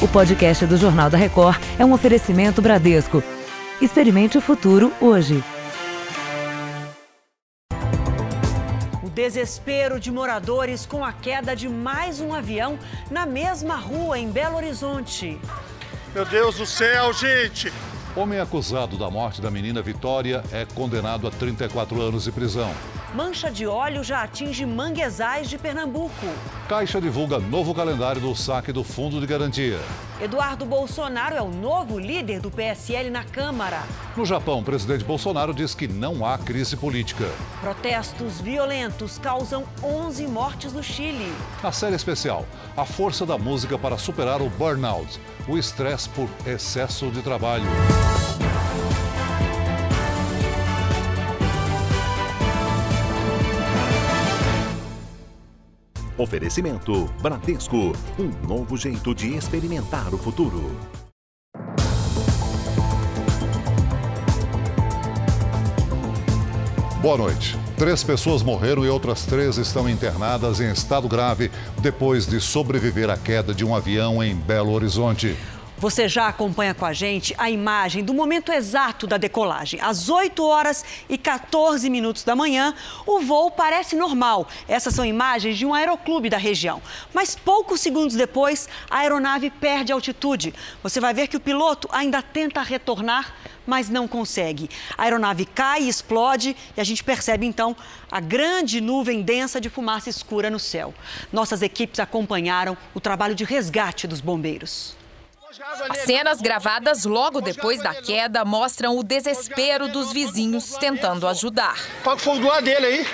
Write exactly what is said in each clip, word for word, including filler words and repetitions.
O podcast do Jornal da Record é um oferecimento Bradesco. Experimente o futuro hoje. O desespero de moradores com a queda de mais um avião na mesma rua em Belo Horizonte. Meu Deus do céu, gente! Homem acusado da morte da menina Vitória é condenado a trinta e quatro anos de prisão. Mancha de óleo já atinge manguezais de Pernambuco. Caixa divulga novo calendário do saque do Fundo de Garantia. Eduardo Bolsonaro é o novo líder do P S L na Câmara. No Japão, o presidente Bolsonaro diz que não há crise política. Protestos violentos causam onze mortes no Chile. Na série especial, a força da música para superar o burnout, o estresse por excesso de trabalho. Oferecimento Bradesco, um novo jeito de experimentar o futuro. Boa noite. Três pessoas morreram e outras três estão internadas em estado grave depois de sobreviver à queda de um avião em Belo Horizonte. Você já acompanha com a gente a imagem do momento exato da decolagem. Às oito horas e quatorze minutos da manhã, o voo parece normal. Essas são imagens de um aeroclube da região. Mas poucos segundos depois, a aeronave perde altitude. Você vai ver que o piloto ainda tenta retornar, mas não consegue. A aeronave cai e explode e a gente percebe, então, a grande nuvem densa de fumaça escura no céu. Nossas equipes acompanharam o trabalho de resgate dos bombeiros. As cenas gravadas logo depois da queda mostram o desespero dos vizinhos tentando ajudar. Apaga o fogo do lado dele aí.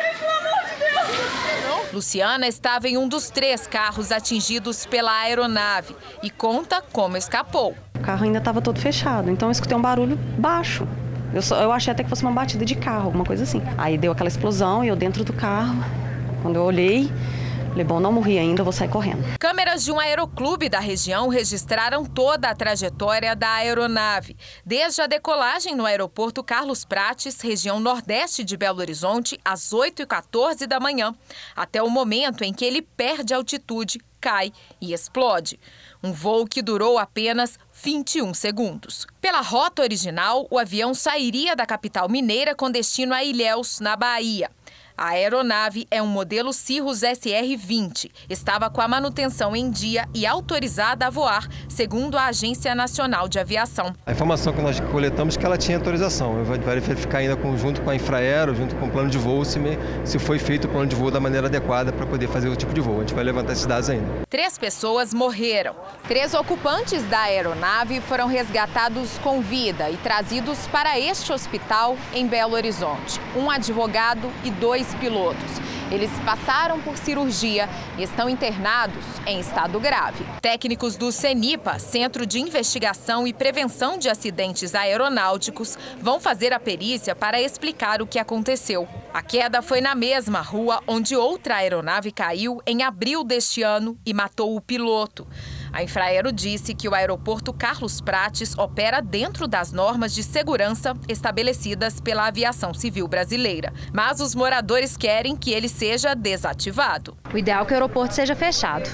Luciana estava em um dos três carros atingidos pela aeronave e conta como escapou. O carro ainda estava todo fechado, então eu escutei um barulho baixo. Eu, só, eu achei até que fosse uma batida de carro, alguma coisa assim. Aí deu aquela explosão e eu dentro do carro, quando eu olhei... Falei, bom, não morri ainda, eu vou sair correndo. Câmeras de um aeroclube da região registraram toda a trajetória da aeronave. Desde a decolagem no aeroporto Carlos Prates, região nordeste de Belo Horizonte, às oito e quatorze da manhã, até o momento em que ele perde altitude, cai e explode. Um voo que durou apenas vinte e um segundos. Pela rota original, o avião sairia da capital mineira com destino a Ilhéus, na Bahia. A aeronave é um modelo Cirrus S R vinte. Estava com a manutenção em dia e autorizada a voar, segundo a Agência Nacional de Aviação. A informação que nós coletamos é que ela tinha autorização. Vai verificar ainda com, junto com a Infraero, junto com o plano de voo, se, me, se foi feito o plano de voo da maneira adequada para poder fazer o tipo de voo. A gente vai levantar esses dados ainda. Três pessoas morreram. Três ocupantes da aeronave foram resgatados com vida e trazidos para este hospital em Belo Horizonte. Um advogado e dois pilotos. Eles passaram por cirurgia e estão internados em estado grave. Técnicos do CENIPA, Centro de Investigação e Prevenção de Acidentes Aeronáuticos, vão fazer a perícia para explicar o que aconteceu. A queda foi na mesma rua onde outra aeronave caiu em abril deste ano e matou o piloto. A Infraero disse que o aeroporto Carlos Prates opera dentro das normas de segurança estabelecidas pela aviação civil brasileira. Mas os moradores querem que ele seja desativado. O ideal é que o aeroporto seja fechado.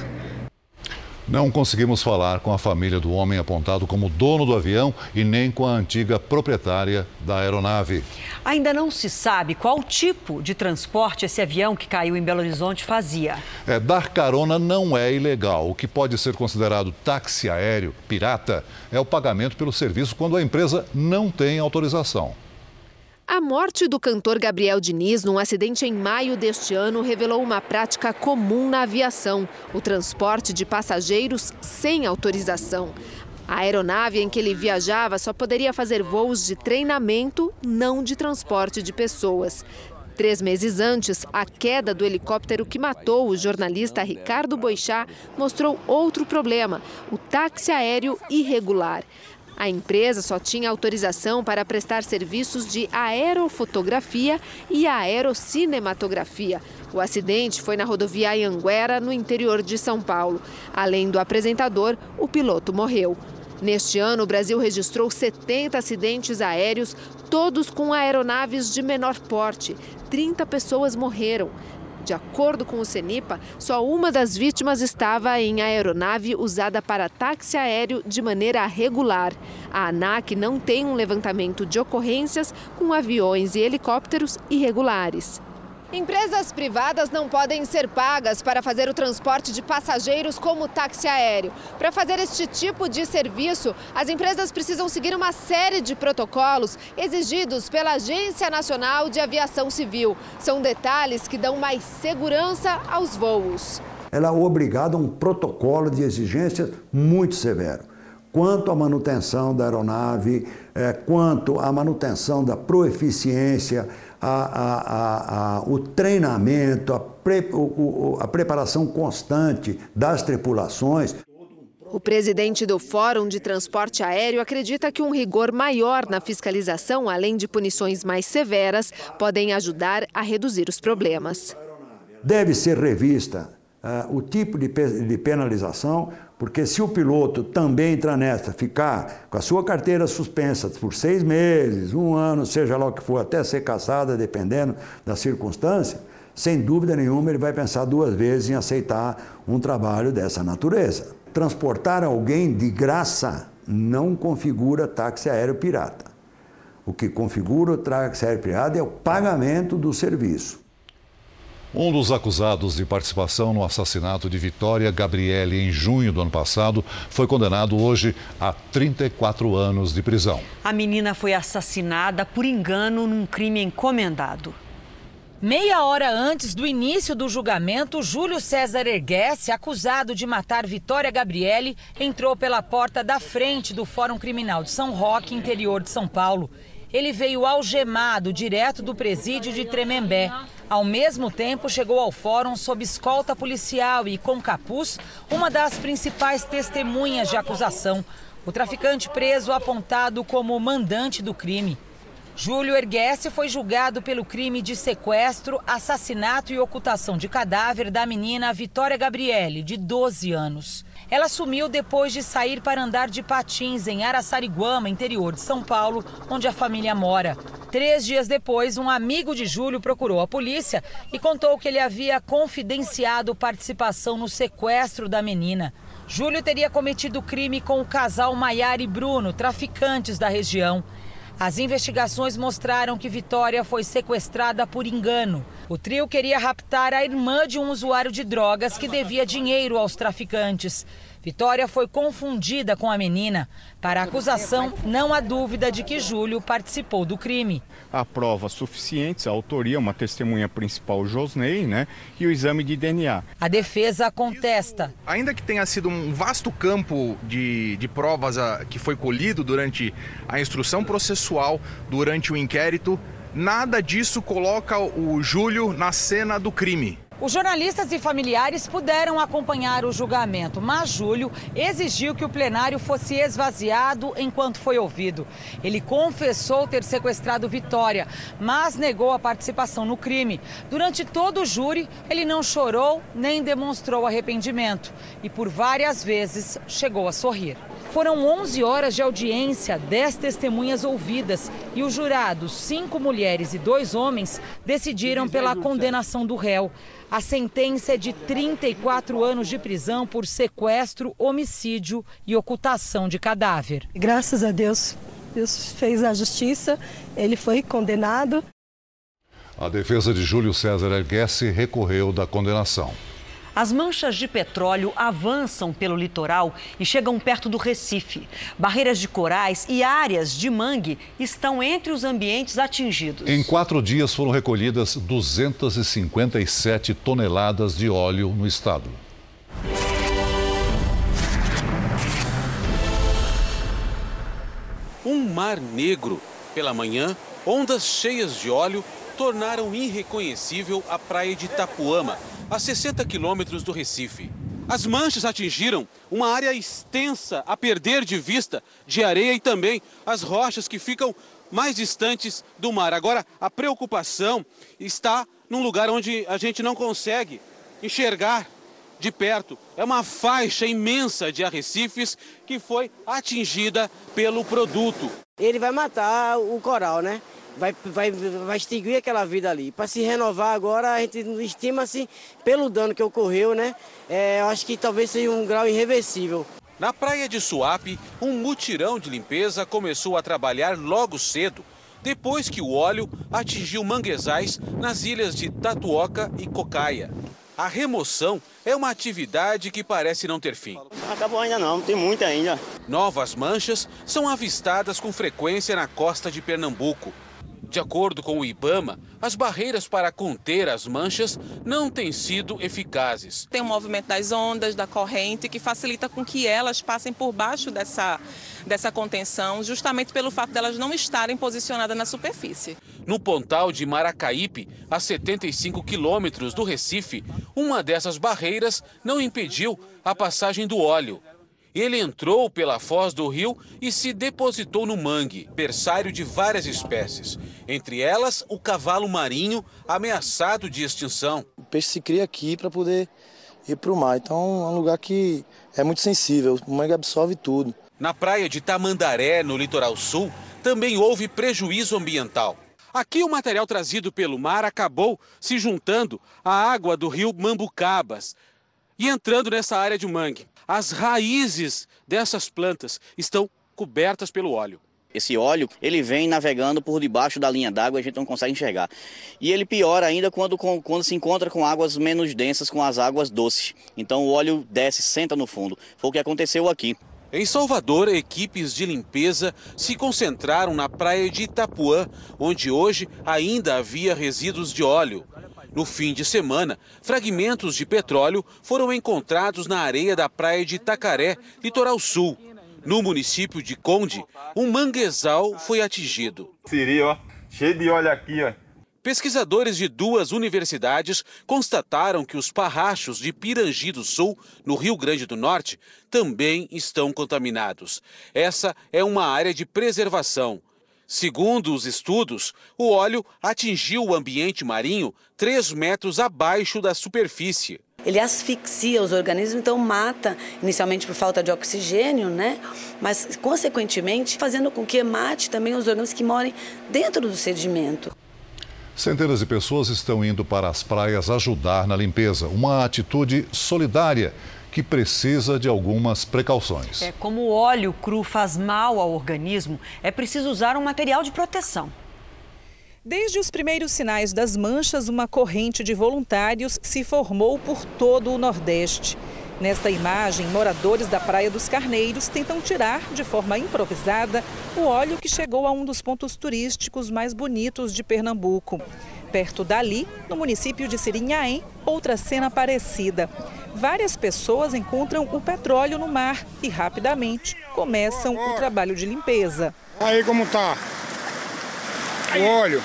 Não conseguimos falar com a família do homem apontado como dono do avião e nem com a antiga proprietária da aeronave. Ainda não se sabe qual tipo de transporte esse avião que caiu em Belo Horizonte fazia. É, dar carona não é ilegal. O que pode ser considerado táxi aéreo pirata é o pagamento pelo serviço quando a empresa não tem autorização. A morte do cantor Gabriel Diniz num acidente em maio deste ano revelou uma prática comum na aviação: o transporte de passageiros sem autorização. A aeronave em que ele viajava só poderia fazer voos de treinamento, não de transporte de pessoas. Três meses antes, a queda do helicóptero que matou o jornalista Ricardo Boixá mostrou outro problema: o táxi aéreo irregular. A empresa só tinha autorização para prestar serviços de aerofotografia e aerocinematografia. O acidente foi na rodovia Anhanguera, no interior de São Paulo. Além do apresentador, o piloto morreu. Neste ano, o Brasil registrou setenta acidentes aéreos, todos com aeronaves de menor porte. trinta pessoas morreram. De acordo com o CENIPA, só uma das vítimas estava em aeronave usada para táxi aéreo de maneira regular. A ANAC não tem um levantamento de ocorrências com aviões e helicópteros irregulares. Empresas privadas não podem ser pagas para fazer o transporte de passageiros como táxi aéreo. Para fazer este tipo de serviço, as empresas precisam seguir uma série de protocolos exigidos pela Agência Nacional de Aviação Civil. São detalhes que dão mais segurança aos voos. Ela é obrigada a um protocolo de exigência muito severo. Quanto à manutenção da aeronave, é, quanto à manutenção da proeficiência, a, a, a, a, o treinamento, a, pre, o, a preparação constante das tripulações. O presidente do Fórum de Transporte Aéreo acredita que um rigor maior na fiscalização, além de punições mais severas, podem ajudar a reduzir os problemas. Deve ser revista uh, o tipo de, de penalização, porque se o piloto também entrar nessa, ficar com a sua carteira suspensa por seis meses, um ano, seja lá o que for, até ser cassada, dependendo da circunstância, sem dúvida nenhuma ele vai pensar duas vezes em aceitar um trabalho dessa natureza. Transportar alguém de graça não configura táxi aéreo pirata. O que configura o táxi aéreo pirata é o pagamento do serviço. Um dos acusados de participação no assassinato de Vitória Gabriele em junho do ano passado foi condenado hoje a trinta e quatro anos de prisão. A menina foi assassinada por engano num crime encomendado. Meia hora antes do início do julgamento, Júlio César Erguesse, acusado de matar Vitória Gabriele, entrou pela porta da frente do Fórum Criminal de São Roque, interior de São Paulo. Ele veio algemado direto do presídio de Tremembé. Ao mesmo tempo, chegou ao fórum sob escolta policial e com capuz, uma das principais testemunhas de acusação. O traficante preso apontado como mandante do crime. Júlio Erguesse foi julgado pelo crime de sequestro, assassinato e ocultação de cadáver da menina Vitória Gabriele, de doze anos. Ela sumiu depois de sair para andar de patins em Araçariguama, interior de São Paulo, onde a família mora. Três dias depois, um amigo de Júlio procurou a polícia e contou que ele havia confidenciado participação no sequestro da menina. Júlio teria cometido o crime com o casal Maiara e Bruno, traficantes da região. As investigações mostraram que Vitória foi sequestrada por engano. O trio queria raptar a irmã de um usuário de drogas que devia dinheiro aos traficantes. Vitória foi confundida com a menina. Para a acusação, não há dúvida de que Júlio participou do crime. Há provas suficientes, a autoria, uma testemunha principal, Josnei, né, e o exame de D N A. A defesa contesta. Ainda que tenha sido um vasto campo de, de provas a, que foi colhido durante a instrução processual, durante o inquérito, nada disso coloca o Júlio na cena do crime. Os jornalistas e familiares puderam acompanhar o julgamento, mas Júlio exigiu que o plenário fosse esvaziado enquanto foi ouvido. Ele confessou ter sequestrado Vitória, mas negou a participação no crime. Durante todo o júri, ele não chorou nem demonstrou arrependimento e por várias vezes chegou a sorrir. Foram onze horas de audiência, dez testemunhas ouvidas e os jurados, cinco mulheres e dois homens, decidiram pela condenação do réu. A sentença é de trinta e quatro anos de prisão por sequestro, homicídio e ocultação de cadáver. Graças a Deus, Deus fez a justiça, ele foi condenado. A defesa de Júlio César Erguesse recorreu da condenação. As manchas de petróleo avançam pelo litoral e chegam perto do Recife. Barreiras de corais e áreas de mangue estão entre os ambientes atingidos. Em quatro dias foram recolhidas duzentas e cinquenta e sete toneladas de óleo no estado. Um mar negro. Pela manhã, ondas cheias de óleo tornaram irreconhecível a praia de Itapuama, a sessenta quilômetros do Recife. As manchas atingiram uma área extensa a perder de vista de areia e também as rochas que ficam mais distantes do mar. Agora, a preocupação está num lugar onde a gente não consegue enxergar de perto. É uma faixa imensa de arrecifes que foi atingida pelo produto. Ele vai matar o coral, né? vai, vai, vai extinguir aquela vida ali. Para se renovar agora, a gente estima-se, pelo dano que ocorreu, né? É, eu acho que talvez seja um grau irreversível. Na praia de Suape, um mutirão de limpeza começou a trabalhar logo cedo, depois que o óleo atingiu manguezais nas ilhas de Tatuoca e Cocaia. A remoção é uma atividade que parece não ter fim. Não acabou ainda não, tem muita ainda. Novas manchas são avistadas com frequência na costa de Pernambuco. De acordo com o IBAMA, as barreiras para conter as manchas não têm sido eficazes. Tem o movimento das ondas, da corrente, que facilita com que elas passem por baixo dessa, dessa contenção, justamente pelo fato de elas não estarem posicionadas na superfície. No Pontal de Maracaípe, a setenta e cinco quilômetros do Recife, uma dessas barreiras não impediu a passagem do óleo. Ele entrou pela foz do rio e se depositou no mangue, berçário de várias espécies. Entre elas, o cavalo marinho, ameaçado de extinção. O peixe se cria aqui para poder ir para o mar. Então é um lugar que é muito sensível, o mangue absorve tudo. Na praia de Tamandaré, no litoral sul, também houve prejuízo ambiental. Aqui o material trazido pelo mar acabou se juntando à água do rio Mambucabas e entrando nessa área de mangue. As raízes dessas plantas estão cobertas pelo óleo. Esse óleo, ele vem navegando por debaixo da linha d'água e a gente não consegue enxergar. E ele piora ainda quando, quando se encontra com águas menos densas, com as águas doces. Então o óleo desce, senta no fundo. Foi o que aconteceu aqui. Em Salvador, equipes de limpeza se concentraram na praia de Itapuã, onde hoje ainda havia resíduos de óleo. No fim de semana, fragmentos de petróleo foram encontrados na areia da praia de Itacaré, litoral sul. No município de Conde, um manguezal foi atingido. Siri, ó, cheio de óleo aqui, ó. Pesquisadores de duas universidades constataram que os parrachos de Pirangi do Sul, no Rio Grande do Norte, também estão contaminados. Essa é uma área de preservação. Segundo os estudos, o óleo atingiu o ambiente marinho três metros abaixo da superfície. Ele asfixia os organismos, então mata, inicialmente por falta de oxigênio, né? Mas, consequentemente, fazendo com que mate também os organismos que morem dentro do sedimento. Centenas de pessoas estão indo para as praias ajudar na limpeza. Uma atitude solidária que precisa de algumas precauções. É, como o óleo cru faz mal ao organismo, é preciso usar um material de proteção. Desde os primeiros sinais das manchas, uma corrente de voluntários se formou por todo o Nordeste. Nesta imagem, moradores da Praia dos Carneiros tentam tirar, de forma improvisada, o óleo que chegou a um dos pontos turísticos mais bonitos de Pernambuco. Perto dali, no município de Sirinhaém, outra cena parecida. Várias pessoas encontram o petróleo no mar e, rapidamente, começam o trabalho de limpeza. Aí como tá o óleo.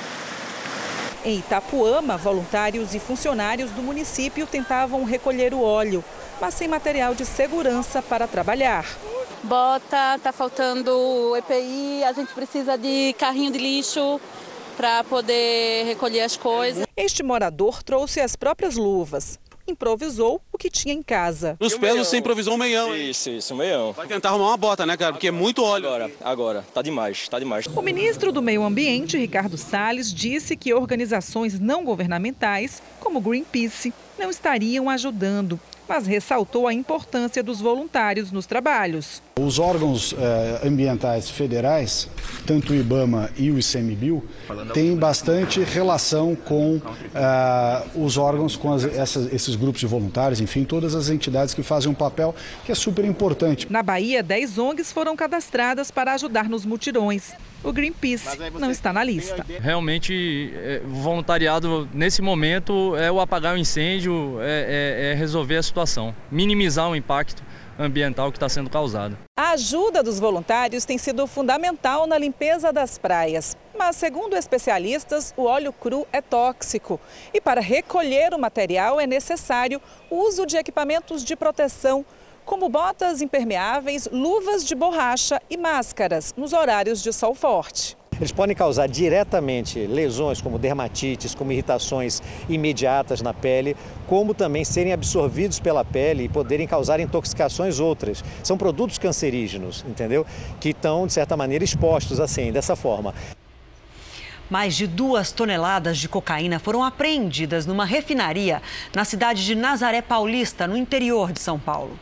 Em Itapuama, voluntários e funcionários do município tentavam recolher o óleo, mas sem material de segurança para trabalhar. Bota, tá faltando E P I, a gente precisa de carrinho de lixo para poder recolher as coisas. Este morador trouxe as próprias luvas. Improvisou o que tinha em casa. Nos pés você improvisou um meião. Isso, isso, um meião. Vai tentar arrumar uma bota, né, cara? Porque é muito óleo. Agora, agora, tá demais, tá demais. O ministro do Meio Ambiente, Ricardo Salles, disse que organizações não governamentais, como Greenpeace, não estariam ajudando, mas ressaltou a importância dos voluntários nos trabalhos. Os órgãos eh, ambientais federais, tanto o IBAMA e o ICMBio, têm bastante relação com eh, os órgãos, com as, essas, esses grupos de voluntários, enfim, todas as entidades que fazem um papel que é super importante. Na Bahia, dez O N Gs foram cadastradas para ajudar nos mutirões. O Greenpeace não está na lista. Realmente, o voluntariado, nesse momento, é o apagar o incêndio, é, é, é resolver a situação, minimizar o impacto ambiental que está sendo causado. A ajuda dos voluntários tem sido fundamental na limpeza das praias. Mas, segundo especialistas, o óleo cru é tóxico. E para recolher o material é necessário o uso de equipamentos de proteção, como botas impermeáveis, luvas de borracha e máscaras, nos horários de sol forte. Eles podem causar diretamente lesões como dermatites, como irritações imediatas na pele, como também serem absorvidos pela pele e poderem causar intoxicações outras. São produtos cancerígenos, entendeu? Que estão, de certa maneira, expostos assim, dessa forma. Mais de duas toneladas de cocaína foram apreendidas numa refinaria na cidade de Nazaré Paulista, no interior de São Paulo.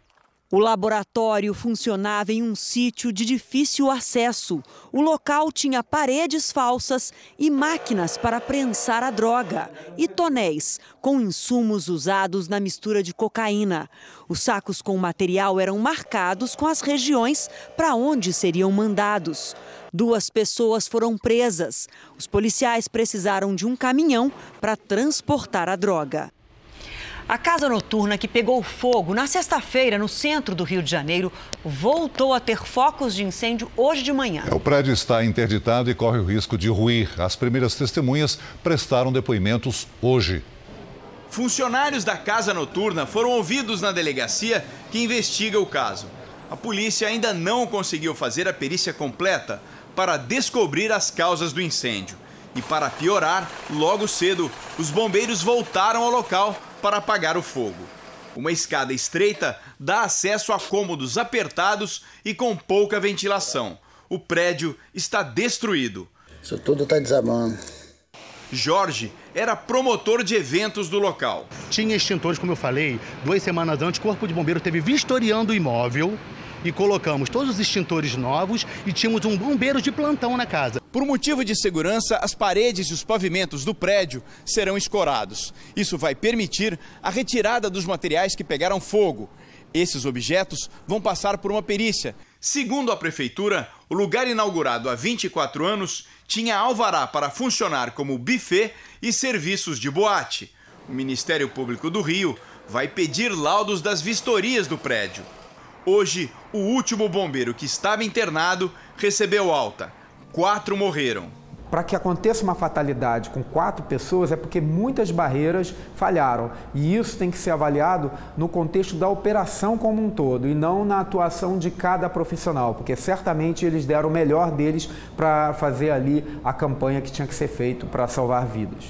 O laboratório funcionava em um sítio de difícil acesso. O local tinha paredes falsas e máquinas para prensar a droga e tonéis com insumos usados na mistura de cocaína. Os sacos com o material eram marcados com as regiões para onde seriam mandados. Duas pessoas foram presas. Os policiais precisaram de um caminhão para transportar a droga. A casa noturna que pegou fogo na sexta-feira no centro do Rio de Janeiro voltou a ter focos de incêndio hoje de manhã. É, o prédio está interditado e corre o risco de ruir. As primeiras testemunhas prestaram depoimentos hoje. Funcionários da casa noturna foram ouvidos na delegacia que investiga o caso. A polícia ainda não conseguiu fazer a perícia completa para descobrir as causas do incêndio. E para piorar, logo cedo, os bombeiros voltaram ao local para apagar o fogo. Uma escada estreita dá acesso a cômodos apertados e com pouca ventilação. O prédio está destruído. Isso tudo está desabando. Jorge era promotor de eventos do local. Tinha extintores, como eu falei, duas semanas antes, o Corpo de Bombeiro esteve vistoriando o imóvel e colocamos todos os extintores novos e tínhamos um bombeiro de plantão na casa. Por motivo de segurança, as paredes e os pavimentos do prédio serão escorados. Isso vai permitir a retirada dos materiais que pegaram fogo. Esses objetos vão passar por uma perícia. Segundo a prefeitura, o lugar inaugurado há vinte e quatro anos tinha alvará para funcionar como buffet e serviços de boate. O Ministério Público do Rio vai pedir laudos das vistorias do prédio. Hoje, o último bombeiro que estava internado recebeu alta. Quatro morreram. Para que aconteça uma fatalidade com quatro pessoas é porque muitas barreiras falharam. E isso tem que ser avaliado no contexto da operação como um todo e não na atuação de cada profissional, porque certamente eles deram o melhor deles para fazer ali a campanha que tinha que ser feita para salvar vidas.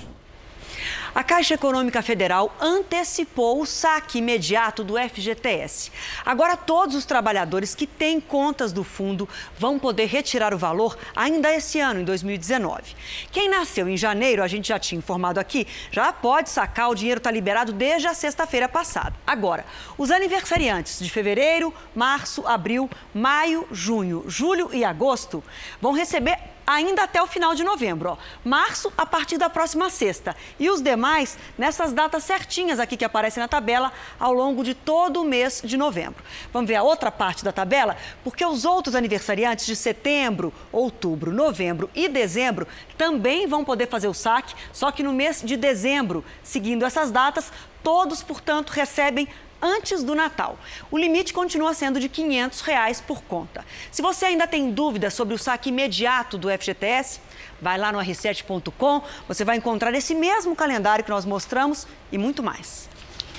A Caixa Econômica Federal antecipou o saque imediato do F G T S. Agora, todos os trabalhadores que têm contas do fundo vão poder retirar o valor ainda esse ano, em dois mil e dezenove. Quem nasceu em janeiro, a gente já tinha informado aqui, já pode sacar, o dinheiro está liberado desde a sexta-feira passada. Agora, os aniversariantes de fevereiro, março, abril, maio, junho, julho e agosto vão receber ainda até o final de novembro. Ó. Março, a partir da próxima sexta. E os demais, nessas datas certinhas aqui que aparecem na tabela, ao longo de todo o mês de novembro. Vamos ver a outra parte da tabela? Porque os outros aniversariantes de setembro, outubro, novembro e dezembro também vão poder fazer o saque, só que no mês de dezembro, seguindo essas datas, todos, portanto, recebem antes do Natal. O limite continua sendo de quinhentos reais por conta. Se você ainda tem dúvidas sobre o saque imediato do F G T S, vai lá no R sete ponto com, você vai encontrar esse mesmo calendário que nós mostramos e muito mais.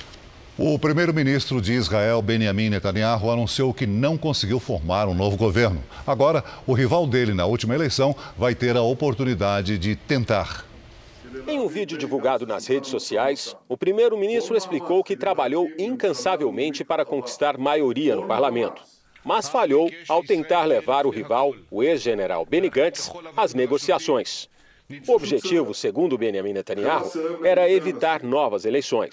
O primeiro-ministro de Israel, Benjamin Netanyahu, anunciou que não conseguiu formar um novo governo. Agora, o rival dele na última eleição vai ter a oportunidade de tentar. Em um vídeo divulgado nas redes sociais, o primeiro-ministro explicou que trabalhou incansavelmente para conquistar maioria no parlamento, mas falhou ao tentar levar o rival, o ex-general Benny Gantz, às negociações. O objetivo, segundo Benjamin Netanyahu, era evitar novas eleições.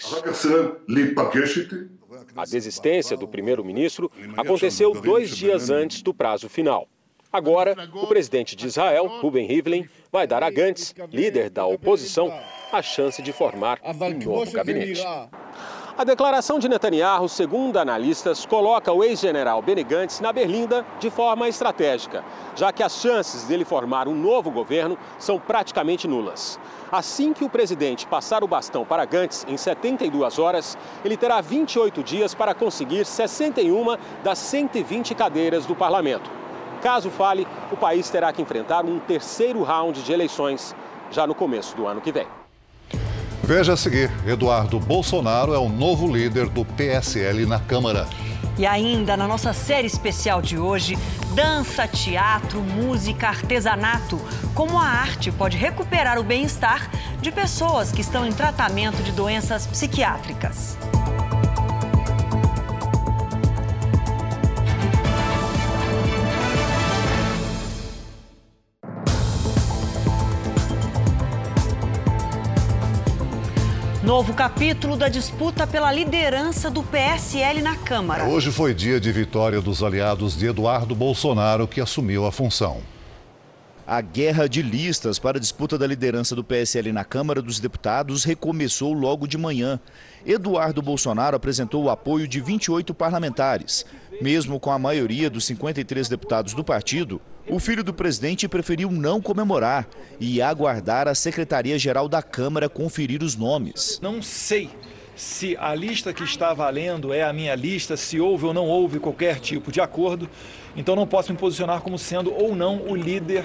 A desistência do primeiro-ministro aconteceu dois dias antes do prazo final. Agora, o presidente de Israel, Reuven Rivlin, vai dar a Gantz, líder da oposição, a chance de formar um novo gabinete. A declaração de Netanyahu, segundo analistas, coloca o ex-general Benny Gantz na berlinda de forma estratégica, já que as chances dele formar um novo governo são praticamente nulas. Assim que o presidente passar o bastão para Gantz em setenta e duas horas, ele terá vinte e oito dias para conseguir sessenta e uma das cento e vinte cadeiras do parlamento. Caso fale, o país terá que enfrentar um terceiro round de eleições já no começo do ano que vem. Veja a seguir, Eduardo Bolsonaro é o novo líder do P S L na Câmara. E ainda na nossa série especial de hoje, dança, teatro, música, artesanato. Como a arte pode recuperar o bem-estar de pessoas que estão em tratamento de doenças psiquiátricas. Novo capítulo da disputa pela liderança do P S L na Câmara. Hoje foi dia de vitória dos aliados de Eduardo Bolsonaro, que assumiu a função. A guerra de listas para a disputa da liderança do P S L na Câmara dos Deputados recomeçou logo de manhã. Eduardo Bolsonaro apresentou o apoio de vinte e oito parlamentares. Mesmo com a maioria dos cinquenta e três deputados do partido, o filho do presidente preferiu não comemorar e aguardar a Secretaria-Geral da Câmara conferir os nomes. Não sei se a lista que está valendo é a minha lista, se houve ou não houve qualquer tipo de acordo. Então não posso me posicionar como sendo ou não o líder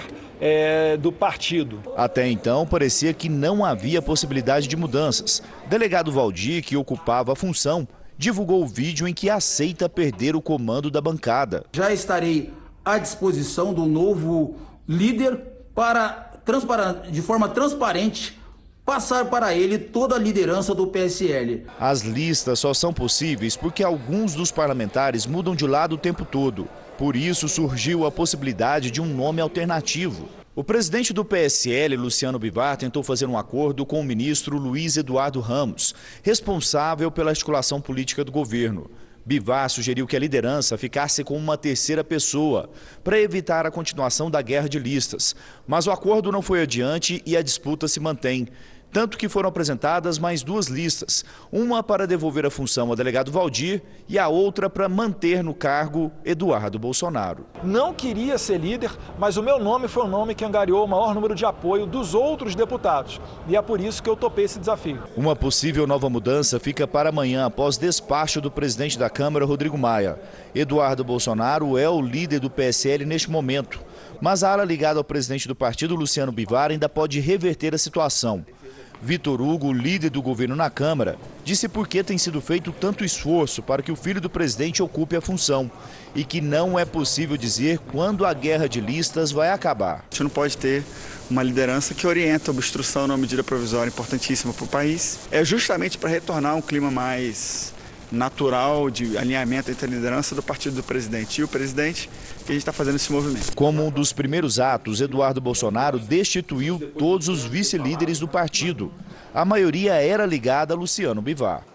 é, do partido. Até então, parecia que não havia possibilidade de mudanças. Delegado Valdir, que ocupava a função, divulgou o vídeo em que aceita perder o comando da bancada. Já estarei à disposição do novo líder para, de forma transparente, passar para ele toda a liderança do P S L. As listas só são possíveis porque alguns dos parlamentares mudam de lado o tempo todo. Por isso surgiu a possibilidade de um nome alternativo. O presidente do P S L, Luciano Bivar, tentou fazer um acordo com o ministro Luiz Eduardo Ramos, responsável pela articulação política do governo. Bivar sugeriu que a liderança ficasse com uma terceira pessoa, para evitar a continuação da guerra de listas. Mas o acordo não foi adiante e a disputa se mantém. Tanto que foram apresentadas mais duas listas, uma para devolver a função ao delegado Valdir e a outra para manter no cargo Eduardo Bolsonaro. Não queria ser líder, mas o meu nome foi o nome que angariou o maior número de apoio dos outros deputados. E é por isso que eu topei esse desafio. Uma possível nova mudança fica para amanhã, após despacho do presidente da Câmara, Rodrigo Maia. Eduardo Bolsonaro é o líder do P S L neste momento, mas a ala ligada ao presidente do partido, Luciano Bivar, ainda pode reverter a situação. Vitor Hugo, líder do governo na Câmara, disse por que tem sido feito tanto esforço para que o filho do presidente ocupe a função e que não é possível dizer quando a guerra de listas vai acabar. A gente não pode ter uma liderança que orienta a obstrução numa medida provisória importantíssima para o país. É justamente para retornar um clima mais natural de alinhamento entre a liderança do partido do presidente e o presidente que a gente está fazendo esse movimento. Como um dos primeiros atos, Eduardo Bolsonaro destituiu todos os vice-líderes do partido. A maioria era ligada a Luciano Bivar.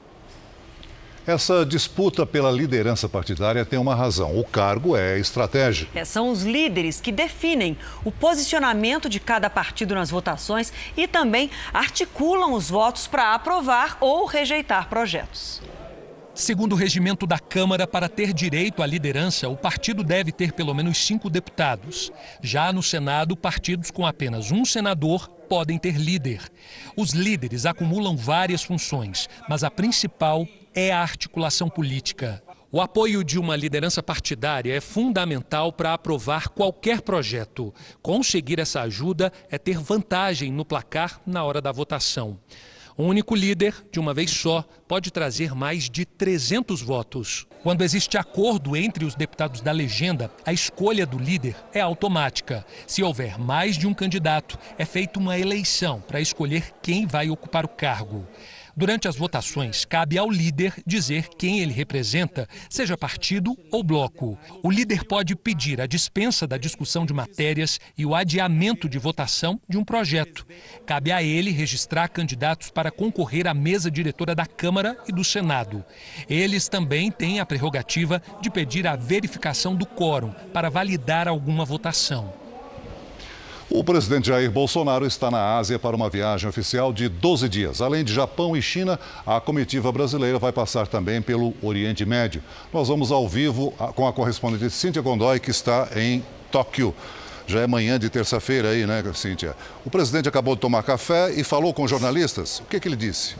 Essa disputa pela liderança partidária tem uma razão. O cargo é estratégico. É, são os líderes que definem o posicionamento de cada partido nas votações e também articulam os votos para aprovar ou rejeitar projetos. Segundo o regimento da Câmara, para ter direito à liderança, o partido deve ter pelo menos cinco deputados. Já no Senado, partidos com apenas um senador podem ter líder. Os líderes acumulam várias funções, mas a principal é a articulação política. O apoio de uma liderança partidária é fundamental para aprovar qualquer projeto. Conseguir essa ajuda é ter vantagem no placar na hora da votação. Um único líder, de uma vez só, pode trazer mais de trezentos votos. Quando existe acordo entre os deputados da legenda, a escolha do líder é automática. Se houver mais de um candidato, é feita uma eleição para escolher quem vai ocupar o cargo. Durante as votações, cabe ao líder dizer quem ele representa, seja partido ou bloco. O líder pode pedir a dispensa da discussão de matérias e o adiamento de votação de um projeto. Cabe a ele registrar candidatos para concorrer à mesa diretora da Câmara e do Senado. Eles também têm a prerrogativa de pedir a verificação do quórum para validar alguma votação. O presidente Jair Bolsonaro está na Ásia para uma viagem oficial de doze dias. Além de Japão e China, a comitiva brasileira vai passar também pelo Oriente Médio. Nós vamos ao vivo com a correspondente Cíntia Godoy, que está em Tóquio. Já é manhã de terça-feira aí, né, Cíntia? O presidente acabou de tomar café e falou com jornalistas. O que, que ele disse?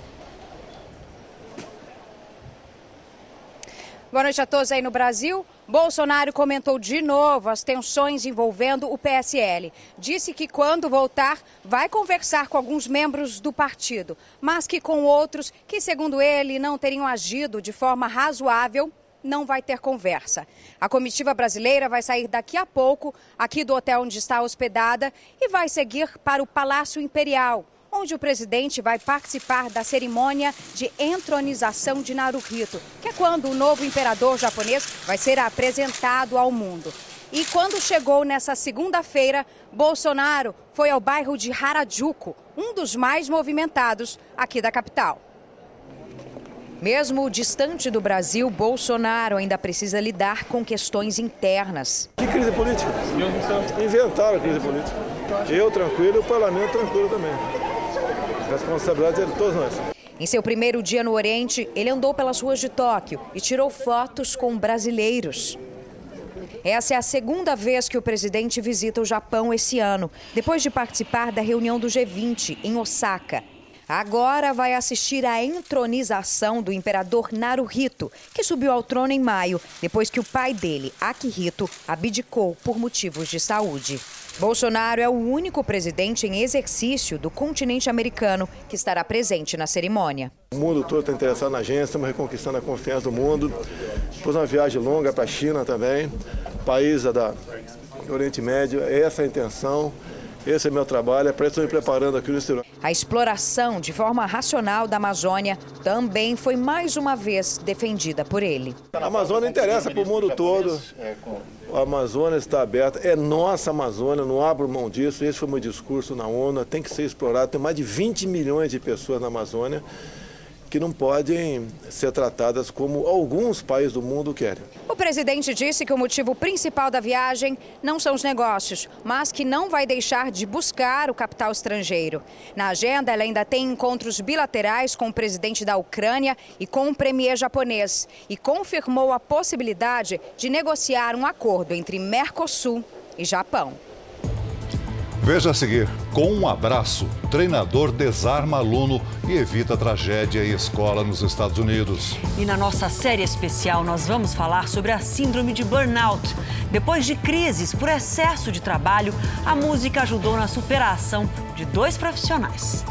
Boa noite a todos aí no Brasil. Bolsonaro comentou de novo as tensões envolvendo o P S L. Disse que quando voltar vai conversar com alguns membros do partido, mas que com outros que, segundo ele, não teriam agido de forma razoável, não vai ter conversa. A comitiva brasileira vai sair daqui a pouco aqui do hotel onde está hospedada e vai seguir para o Palácio Imperial, onde o presidente vai participar da cerimônia de entronização de Naruhito, que é quando o novo imperador japonês vai ser apresentado ao mundo. E quando chegou nessa segunda-feira, Bolsonaro foi ao bairro de Harajuku, um dos mais movimentados aqui da capital. Mesmo distante do Brasil, Bolsonaro ainda precisa lidar com questões internas. Que crise política? Inventaram a crise política. Eu tranquilo e o parlamento tranquilo também. A responsabilidade é de todos nós. Em seu primeiro dia no Oriente, ele andou pelas ruas de Tóquio e tirou fotos com brasileiros. Essa é a segunda vez que o presidente visita o Japão esse ano, depois de participar da reunião do G vinte em Osaka. Agora vai assistir à entronização do imperador Naruhito, que subiu ao trono em maio, depois que o pai dele, Akihito, abdicou por motivos de saúde. Bolsonaro é o único presidente em exercício do continente americano que estará presente na cerimônia. O mundo todo está interessado na gente, estamos reconquistando a confiança do mundo. Depois uma viagem longa para a China também, país da Oriente Médio, essa é a intenção. Esse é meu trabalho, é para isso que estou me preparando aqui no exterior. A exploração de forma racional da Amazônia também foi mais uma vez defendida por ele. A Amazônia interessa para o mundo todo. A Amazônia está aberta, é nossa Amazônia, não abro mão disso. Esse foi meu discurso na ONU, tem que ser explorado. Tem mais de vinte milhões de pessoas na Amazônia que não podem ser tratadas como alguns países do mundo querem. O presidente disse que o motivo principal da viagem não são os negócios, mas que não vai deixar de buscar o capital estrangeiro. Na agenda, ela ainda tem encontros bilaterais com o presidente da Ucrânia e com o premier japonês e confirmou a possibilidade de negociar um acordo entre Mercosul e Japão. Veja a seguir, com um abraço, treinador desarma aluno e evita tragédia em escola nos Estados Unidos. E na nossa série especial nós vamos falar sobre a síndrome de burnout. Depois de crises por excesso de trabalho, a música ajudou na superação de dois profissionais.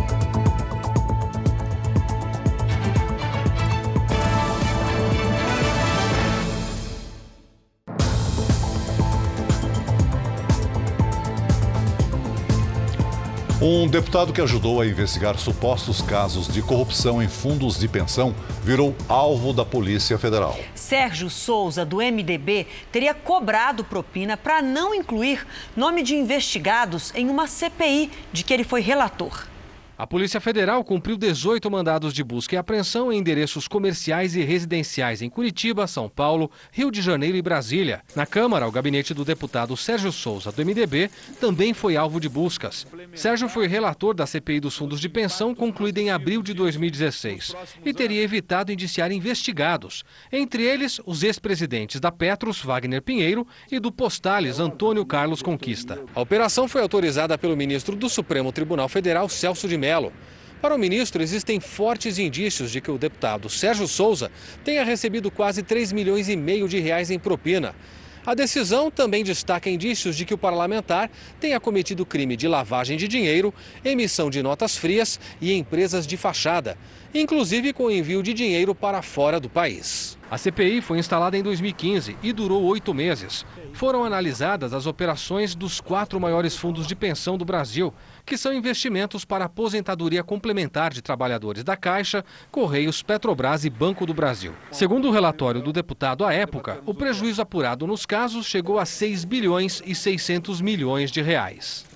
Um deputado que ajudou a investigar supostos casos de corrupção em fundos de pensão virou alvo da Polícia Federal. Sérgio Souza, do M D B, teria cobrado propina para não incluir nome de investigados em uma C P I de que ele foi relator. A Polícia Federal cumpriu dezoito mandados de busca e apreensão em endereços comerciais e residenciais em Curitiba, São Paulo, Rio de Janeiro e Brasília. Na Câmara, o gabinete do deputado Sérgio Souza, do M D B, também foi alvo de buscas. Sérgio foi relator da C P I dos fundos de pensão, concluída em abril de dois mil e dezesseis, e teria evitado indiciar investigados, entre eles os ex-presidentes da Petros, Wagner Pinheiro, e do Postales, Antônio Carlos Conquista. A operação foi autorizada pelo ministro do Supremo Tribunal Federal, Celso de Mello. Para o ministro, existem fortes indícios de que o deputado Sérgio Souza tenha recebido quase três milhões e meio de reais em propina. A decisão também destaca indícios de que o parlamentar tenha cometido crime de lavagem de dinheiro, emissão de notas frias e empresas de fachada, inclusive com envio de dinheiro para fora do país. A C P I foi instalada em dois mil e quinze e durou oito meses. Foram analisadas as operações dos quatro maiores fundos de pensão do Brasil, que são investimentos para aposentadoria complementar de trabalhadores da Caixa, Correios, Petrobras e Banco do Brasil. Segundo o relatório do deputado à época, o prejuízo apurado nos casos chegou a seis bilhões e seiscentos milhões de reais.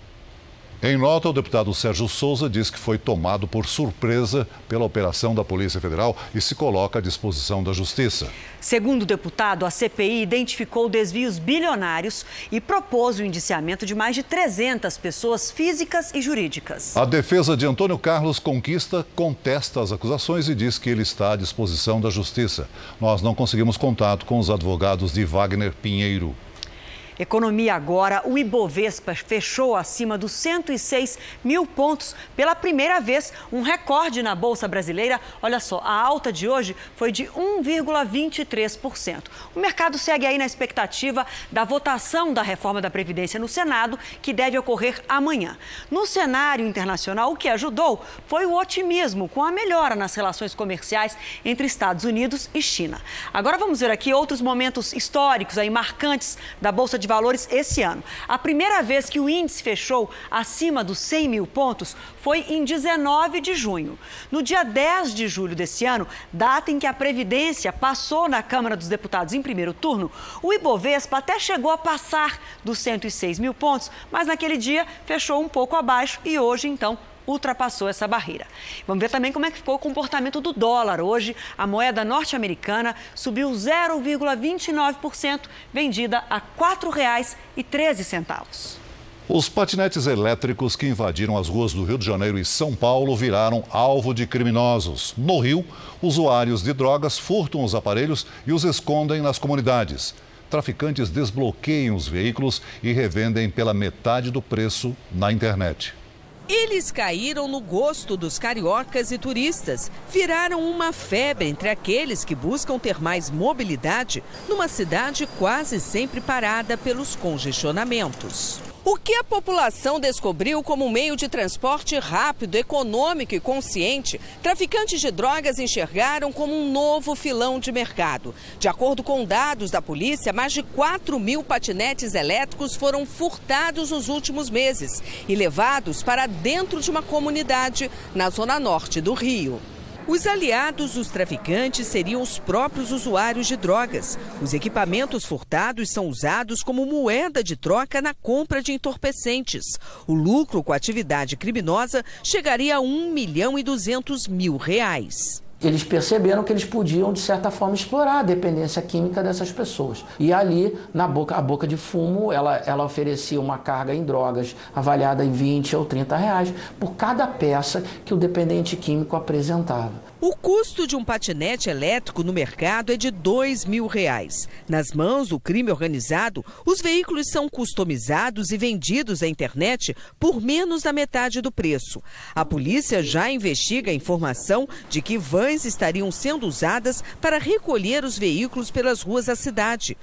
Em nota, o deputado Sérgio Souza diz que foi tomado por surpresa pela operação da Polícia Federal e se coloca à disposição da Justiça. Segundo o deputado, a C P I identificou desvios bilionários e propôs o indiciamento de mais de trezentas pessoas físicas e jurídicas. A defesa de Antônio Carlos Conquista contesta as acusações e diz que ele está à disposição da Justiça. Nós não conseguimos contato com os advogados de Wagner Pinheiro. Economia agora, o Ibovespa fechou acima dos cento e seis mil pontos pela primeira vez, um recorde na Bolsa Brasileira. Olha só, a alta de hoje foi de um vírgula vinte e três por cento. O mercado segue aí na expectativa da votação da reforma da Previdência no Senado, que deve ocorrer amanhã. No cenário internacional, o que ajudou foi o otimismo com a melhora nas relações comerciais entre Estados Unidos e China. Agora vamos ver aqui outros momentos históricos aí marcantes da Bolsa de de valores esse ano. A primeira vez que o índice fechou acima dos cem mil pontos foi em dezenove de junho. No dia dez de julho desse ano, data em que a Previdência passou na Câmara dos Deputados em primeiro turno, o Ibovespa até chegou a passar dos cento e seis mil pontos, mas naquele dia fechou um pouco abaixo e hoje, então, ultrapassou essa barreira. Vamos ver também como é que ficou o comportamento do dólar. Hoje, a moeda norte-americana subiu zero vírgula vinte e nove por cento, vendida a quatro reais e treze centavos. Os patinetes elétricos que invadiram as ruas do Rio de Janeiro e São Paulo viraram alvo de criminosos. No Rio, usuários de drogas furtam os aparelhos e os escondem nas comunidades. Traficantes desbloqueiam os veículos e revendem pela metade do preço na internet. Eles caíram no gosto dos cariocas e turistas. Viraram uma febre entre aqueles que buscam ter mais mobilidade numa cidade quase sempre parada pelos congestionamentos. O que a população descobriu como meio de transporte rápido, econômico e consciente, traficantes de drogas enxergaram como um novo filão de mercado. De acordo com dados da polícia, mais de quatro mil patinetes elétricos foram furtados nos últimos meses e levados para dentro de uma comunidade na zona norte do Rio. Os aliados dos traficantes seriam os próprios usuários de drogas. Os equipamentos furtados são usados como moeda de troca na compra de entorpecentes. O lucro com a atividade criminosa chegaria a um milhão e duzentos mil reais. Eles perceberam que eles podiam, de certa forma, explorar a dependência química dessas pessoas. E ali, na boca, a boca de fumo, ela, ela oferecia uma carga em drogas avaliada em vinte ou trinta reais por cada peça que o dependente químico apresentava. O custo de um patinete elétrico no mercado é de dois mil reais. Nas mãos do crime organizado, os veículos são customizados e vendidos na internet por menos da metade do preço. A polícia já investiga a informação de que vans estariam sendo usadas para recolher os veículos pelas ruas da cidade.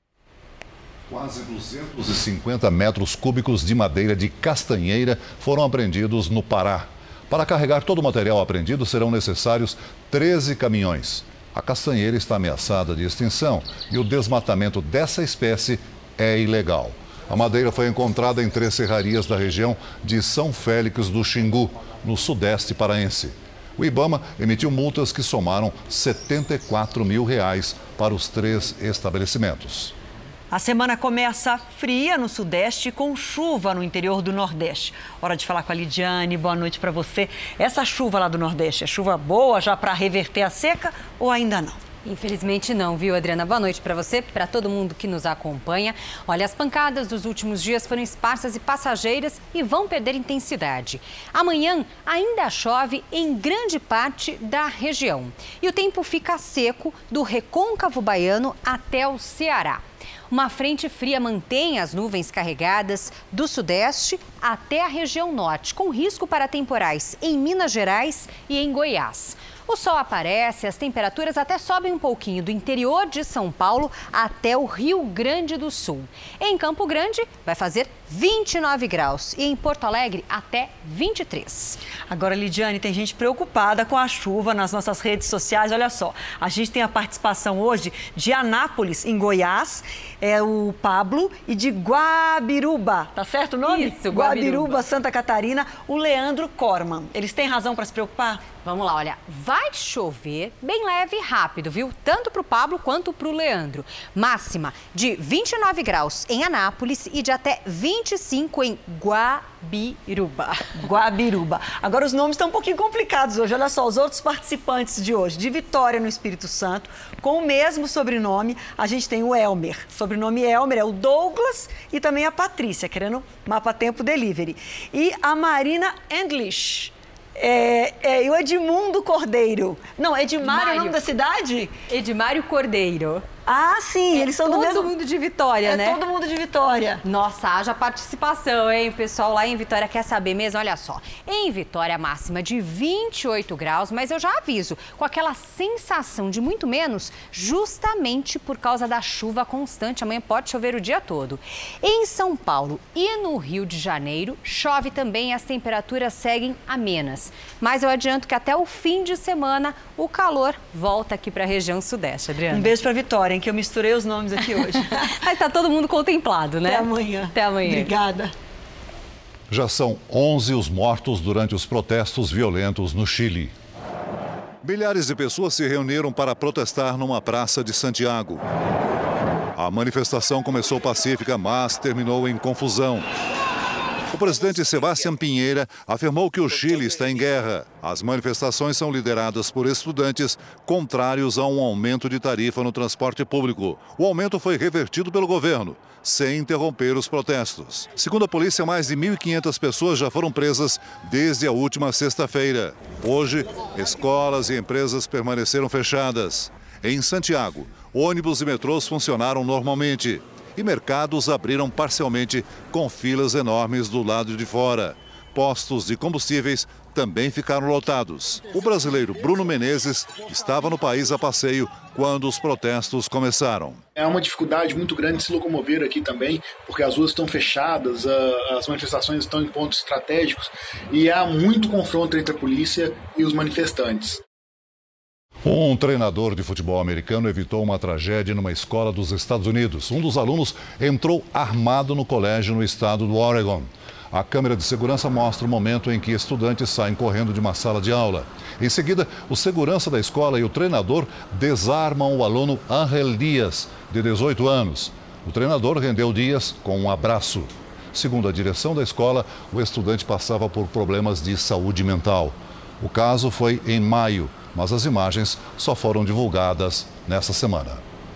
Quase duzentos e cinquenta metros cúbicos de madeira de castanheira foram apreendidos no Pará. Para carregar todo o material apreendido serão necessários treze caminhões. A castanheira está ameaçada de extinção e o desmatamento dessa espécie é ilegal. A madeira foi encontrada em três serrarias da região de São Félix do Xingu, no sudeste paraense. O Ibama emitiu multas que somaram setenta e quatro mil reais para os três estabelecimentos. A semana começa fria no Sudeste com chuva no interior do Nordeste. Hora de falar com a Lidiane. Boa noite para você. Essa chuva lá do Nordeste é chuva boa já para reverter a seca ou ainda não? Infelizmente não, viu, Adriana? Boa noite para você, para todo mundo que nos acompanha. Olha, as pancadas dos últimos dias foram esparsas e passageiras e vão perder intensidade. Amanhã ainda chove em grande parte da região. E o tempo fica seco do recôncavo baiano até o Ceará. Uma frente fria mantém as nuvens carregadas do sudeste até a região norte, com risco para temporais em Minas Gerais e em Goiás. O sol aparece, as temperaturas até sobem um pouquinho do interior de São Paulo até o Rio Grande do Sul. Em Campo Grande vai fazer vinte e nove graus e em Porto Alegre até vinte e três. Agora, Lidiane, tem gente preocupada com a chuva nas nossas redes sociais. Olha só, a gente tem a participação hoje de Anápolis, em Goiás, é o Pablo, e de Guabiruba, tá certo o nome? Isso, Guabiruba, Guabiruba, Santa Catarina, o Leandro Corman. Eles têm razão para se preocupar? Vamos lá, olha, vai chover bem leve e rápido, viu? Tanto para o Pablo quanto para o Leandro. Máxima de vinte e nove graus em Anápolis e de até vinte e cinco em Guabiruba. Guabiruba. Agora os nomes estão um pouquinho complicados hoje. Olha só, os outros participantes de hoje, de Vitória, no Espírito Santo, com o mesmo sobrenome, a gente tem o Elmer. Sobrenome Elmer é o Douglas e também a Patrícia, querendo Mapa Tempo Delivery. E a Marina English. É, é, e o Edmundo Cordeiro. Não, Edmário é o nome da cidade? Edmário Cordeiro. Ah, sim, é eles são do mesmo... todo mundo de Vitória, é né? É todo mundo de Vitória. Nossa, haja participação, hein? O pessoal lá em Vitória quer saber mesmo, olha só. Em Vitória, máxima de vinte e oito graus, mas eu já aviso, com aquela sensação de muito menos, justamente por causa da chuva constante. Amanhã pode chover o dia todo. Em São Paulo e no Rio de Janeiro, chove também e as temperaturas seguem amenas. Mas eu adianto que até o fim de semana, o calor volta aqui para a região sudeste, Adriana. Um beijo para Vitória. hein, que eu misturei os nomes aqui hoje. Mas tá todo mundo contemplado, né? Até amanhã. Até amanhã. Obrigada. Já são onze os mortos durante os protestos violentos no Chile. Milhares de pessoas se reuniram para protestar numa praça de Santiago. A manifestação começou pacífica, mas terminou em confusão. O presidente Sebastián Piñera afirmou que o Chile está em guerra. As manifestações são lideradas por estudantes contrários a um aumento de tarifa no transporte público. O aumento foi revertido pelo governo, sem interromper os protestos. Segundo a polícia, mais de mil e quinhentas pessoas já foram presas desde a última sexta-feira. Hoje, escolas e empresas permaneceram fechadas. Em Santiago, ônibus e metrôs funcionaram normalmente. E mercados abriram parcialmente com filas enormes do lado de fora. Postos de combustíveis também ficaram lotados. O brasileiro Bruno Menezes estava no país a passeio quando os protestos começaram. É uma dificuldade muito grande de se locomover aqui também, porque as ruas estão fechadas, as manifestações estão em pontos estratégicos e há muito confronto entre a polícia e os manifestantes. Um treinador de futebol americano evitou uma tragédia numa escola dos Estados Unidos. Um dos alunos entrou armado no colégio no estado do Oregon. A câmera de segurança mostra o momento em que estudantes saem correndo de uma sala de aula. Em seguida, o segurança da escola e o treinador desarmam o aluno Ángel Dias, de dezoito anos. O treinador rendeu Dias com um abraço. Segundo a direção da escola, o estudante passava por problemas de saúde mental. O caso foi em maio, mas as imagens só foram divulgadas nesta semana.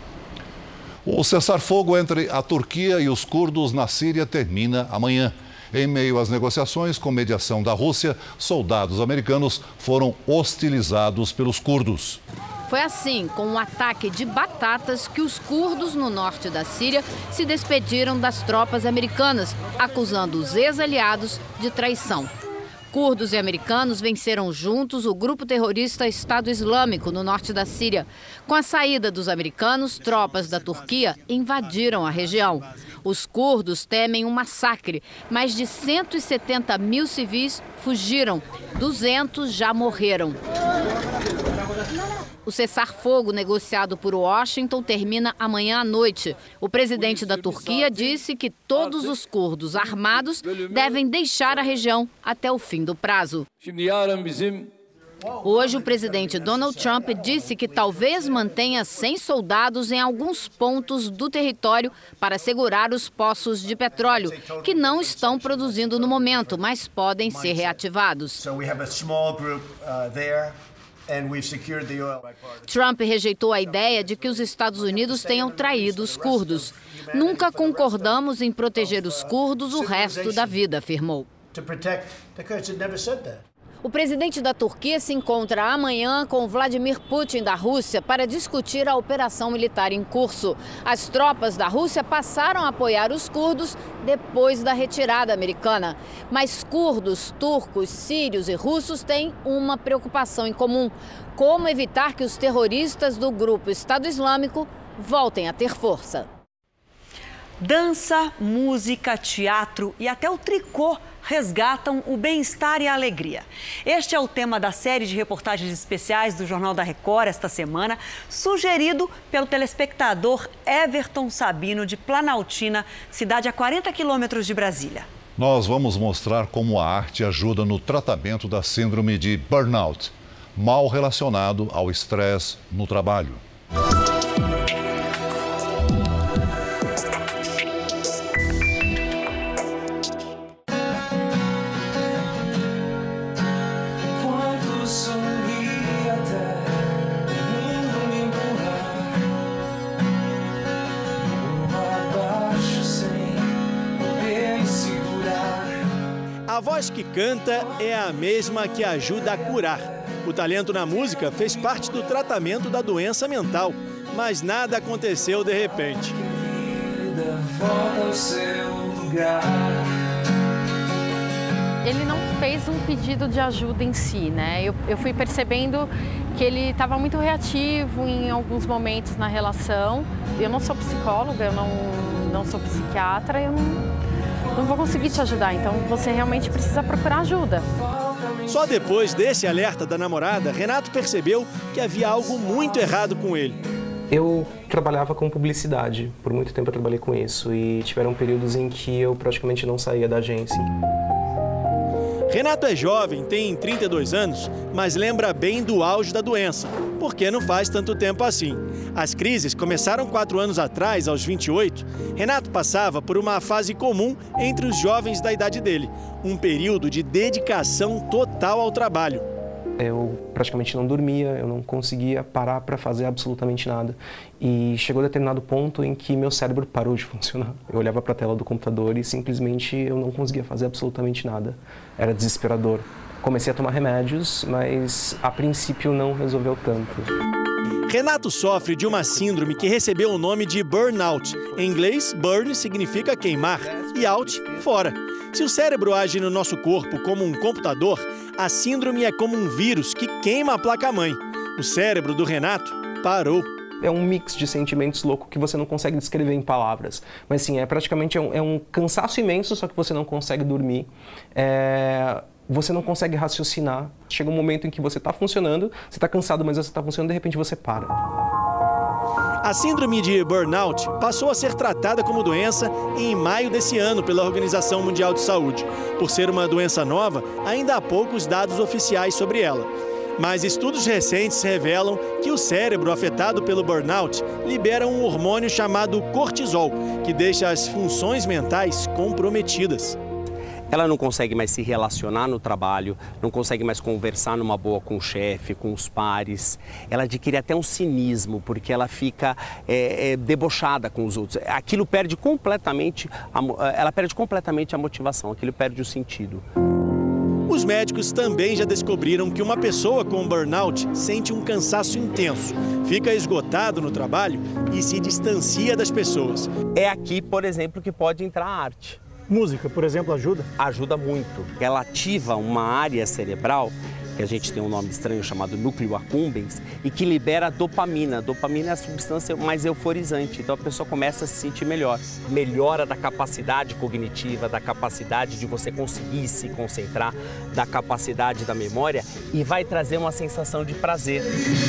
O cessar-fogo entre a Turquia e os curdos na Síria termina amanhã. Em meio às negociações com mediação da Rússia, soldados americanos foram hostilizados pelos curdos. Foi assim, com um ataque de batatas, que os curdos no norte da Síria se despediram das tropas americanas, acusando os ex-aliados de traição. Curdos e americanos venceram juntos o grupo terrorista Estado Islâmico no norte da Síria. Com a saída dos americanos, tropas da Turquia invadiram a região. Os curdos temem um massacre. Mais de cento e setenta mil civis fugiram. duzentos já morreram. O cessar-fogo negociado por Washington termina amanhã à noite. O presidente da Turquia disse que todos os curdos armados devem deixar a região até o fim do prazo. Hoje, o presidente Donald Trump disse que talvez mantenha cem soldados em alguns pontos do território para segurar os poços de petróleo, que não estão produzindo no momento, mas podem ser reativados. Trump rejeitou a ideia de que os Estados Unidos tenham traído os curdos. Nunca concordamos em proteger os curdos o resto da vida, afirmou. O presidente da Turquia se encontra amanhã com Vladimir Putin da Rússia para discutir a operação militar em curso. As tropas da Rússia passaram a apoiar os curdos depois da retirada americana. Mas curdos, turcos, sírios e russos têm uma preocupação em comum: como evitar que os terroristas do grupo Estado Islâmico voltem a ter força. Dança, música, teatro e até o tricô resgatam o bem-estar e a alegria. Este é o tema da série de reportagens especiais do Jornal da Record esta semana, sugerido pelo telespectador Everton Sabino, de Planaltina, cidade a quarenta quilômetros de Brasília. Nós vamos mostrar como a arte ajuda no tratamento da síndrome de burnout, mal relacionado ao estresse no trabalho. A voz que canta é a mesma que ajuda a curar. O talento na música fez parte do tratamento da doença mental, mas nada aconteceu de repente. Ele não fez um pedido de ajuda em si, né? Eu, eu fui percebendo que ele estava muito reativo em alguns momentos na relação. Eu não sou psicóloga, eu não, não sou psiquiatra, eu não... não vou conseguir te ajudar, então você realmente precisa procurar ajuda. Só depois desse alerta da namorada, Renato percebeu que havia algo muito errado com ele. Eu trabalhava com publicidade, por muito tempo eu trabalhei com isso e tiveram períodos em que eu praticamente não saía da agência. Renato é jovem, tem trinta e dois anos, mas lembra bem do auge da doença, porque não faz tanto tempo assim. As crises começaram quatro anos atrás, aos vinte e oito. Renato passava por uma fase comum entre os jovens da idade dele, um período de dedicação total ao trabalho. Eu praticamente não dormia, eu não conseguia parar para fazer absolutamente nada. E chegou a determinado ponto em que meu cérebro parou de funcionar. Eu olhava para a tela do computador e simplesmente eu não conseguia fazer absolutamente nada. Era desesperador. Comecei a tomar remédios, mas a princípio não resolveu tanto. Renato sofre de uma síndrome que recebeu o nome de burnout. Em inglês, burn significa queimar e out, fora. Se o cérebro age no nosso corpo como um computador, a síndrome é como um vírus que queima a placa-mãe. O cérebro do Renato parou. É um mix de sentimentos louco que você não consegue descrever em palavras. Mas sim, é praticamente é um, é um cansaço imenso, só que você não consegue dormir. É... Você não consegue raciocinar. Chega um momento em que você está funcionando, você está cansado, mas você está funcionando, de repente você para. A síndrome de burnout passou a ser tratada como doença em maio desse ano pela Organização Mundial de Saúde. Por ser uma doença nova, ainda há poucos dados oficiais sobre ela. Mas estudos recentes revelam que o cérebro afetado pelo burnout libera um hormônio chamado cortisol, que deixa as funções mentais comprometidas. Ela não consegue mais se relacionar no trabalho, não consegue mais conversar numa boa com o chefe, com os pares. Ela adquire até um cinismo, porque ela fica é, é, debochada com os outros. Aquilo perde completamente, a, ela perde completamente a motivação, aquilo perde o sentido. Os médicos também já descobriram que uma pessoa com burnout sente um cansaço intenso, fica esgotado no trabalho e se distancia das pessoas. É aqui, por exemplo, que pode entrar a arte. Música, por exemplo, ajuda? Ajuda muito. Ela ativa uma área cerebral, que a gente tem um nome estranho chamado núcleo accumbens, e que libera dopamina. A dopamina é a substância mais euforizante, então a pessoa começa a se sentir melhor. Melhora da capacidade cognitiva, da capacidade de você conseguir se concentrar, da capacidade da memória, e vai trazer uma sensação de prazer.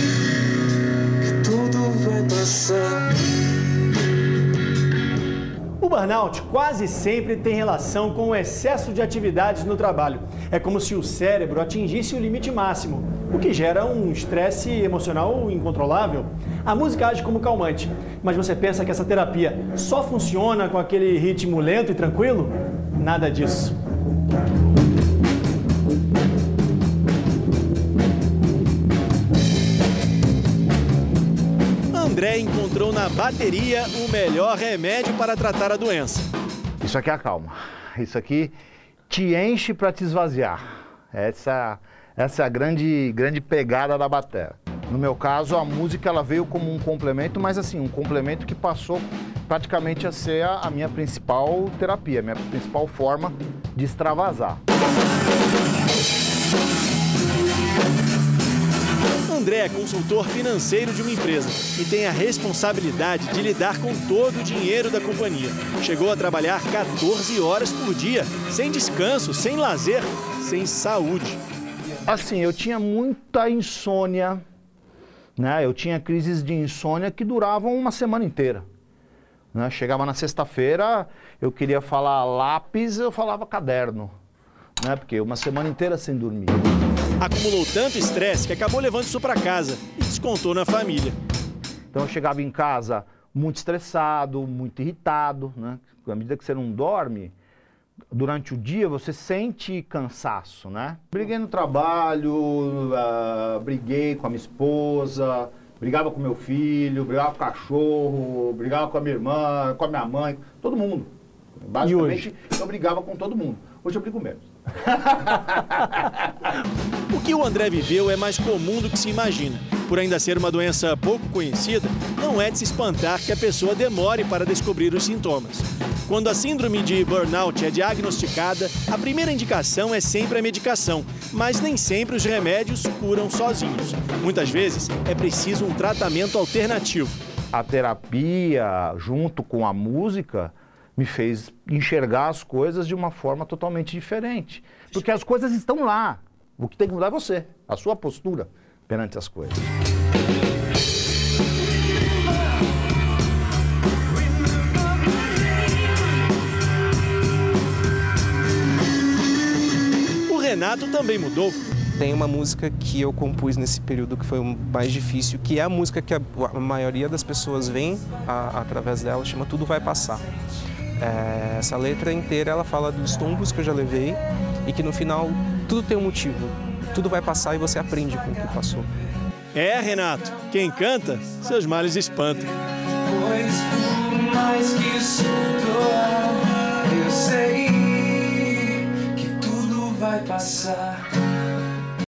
Tudo vai passar. O burnout quase sempre tem relação com o excesso de atividades no trabalho. É como se o cérebro atingisse o limite máximo, o que gera um estresse emocional incontrolável. A música age como calmante, mas você pensa que essa terapia só funciona com aquele ritmo lento e tranquilo? Nada disso. André encontrou na bateria o melhor remédio para tratar a doença. Isso aqui acalma. Isso aqui te enche para te esvaziar. Essa, essa é a grande, grande pegada da bateria. No meu caso, a música ela veio como um complemento, mas assim, um complemento que passou praticamente a ser a, a minha principal terapia, a minha principal forma de extravasar. André é consultor financeiro de uma empresa e tem a responsabilidade de lidar com todo o dinheiro da companhia. Chegou a trabalhar quatorze horas por dia, sem descanso, sem lazer, sem saúde. Assim, eu tinha muita insônia, né? Eu tinha crises de insônia que duravam uma semana inteira. Né? Chegava na sexta-feira, eu queria falar lápis, eu falava caderno, né? Porque uma semana inteira sem dormir. Acumulou tanto estresse que acabou levando isso para casa e descontou na família. Então eu chegava em casa muito estressado, muito irritado, né? À medida que você não dorme, durante o dia você sente cansaço, né? Briguei no trabalho, uh, briguei com a minha esposa, brigava com meu filho, brigava com o cachorro, brigava com a minha irmã, com a minha mãe, todo mundo. Basicamente, eu brigava com todo mundo. Hoje eu brigo menos. O que o André viveu é mais comum do que se imagina. Por ainda ser uma doença pouco conhecida, não é de se espantar que a pessoa demore para descobrir os sintomas. Quando a síndrome de burnout é diagnosticada, a primeira indicação é sempre a medicação, mas nem sempre os remédios curam sozinhos. Muitas vezes é preciso um tratamento alternativo. A terapia, junto com a música, me fez enxergar as coisas de uma forma totalmente diferente. Porque as coisas estão lá. O que tem que mudar é você, a sua postura perante as coisas. Renato também mudou. Tem uma música que eu compus nesse período que foi o mais difícil, que é a música que a, a maioria das pessoas vem a, através dela, chama Tudo Vai Passar. É, essa letra inteira ela fala dos tombos que eu já levei e que no final tudo tem um motivo, tudo vai passar e você aprende com o que passou. É, Renato, quem canta, seus males espantam. Pois por mais que isso doa, eu sei que tudo vai passar.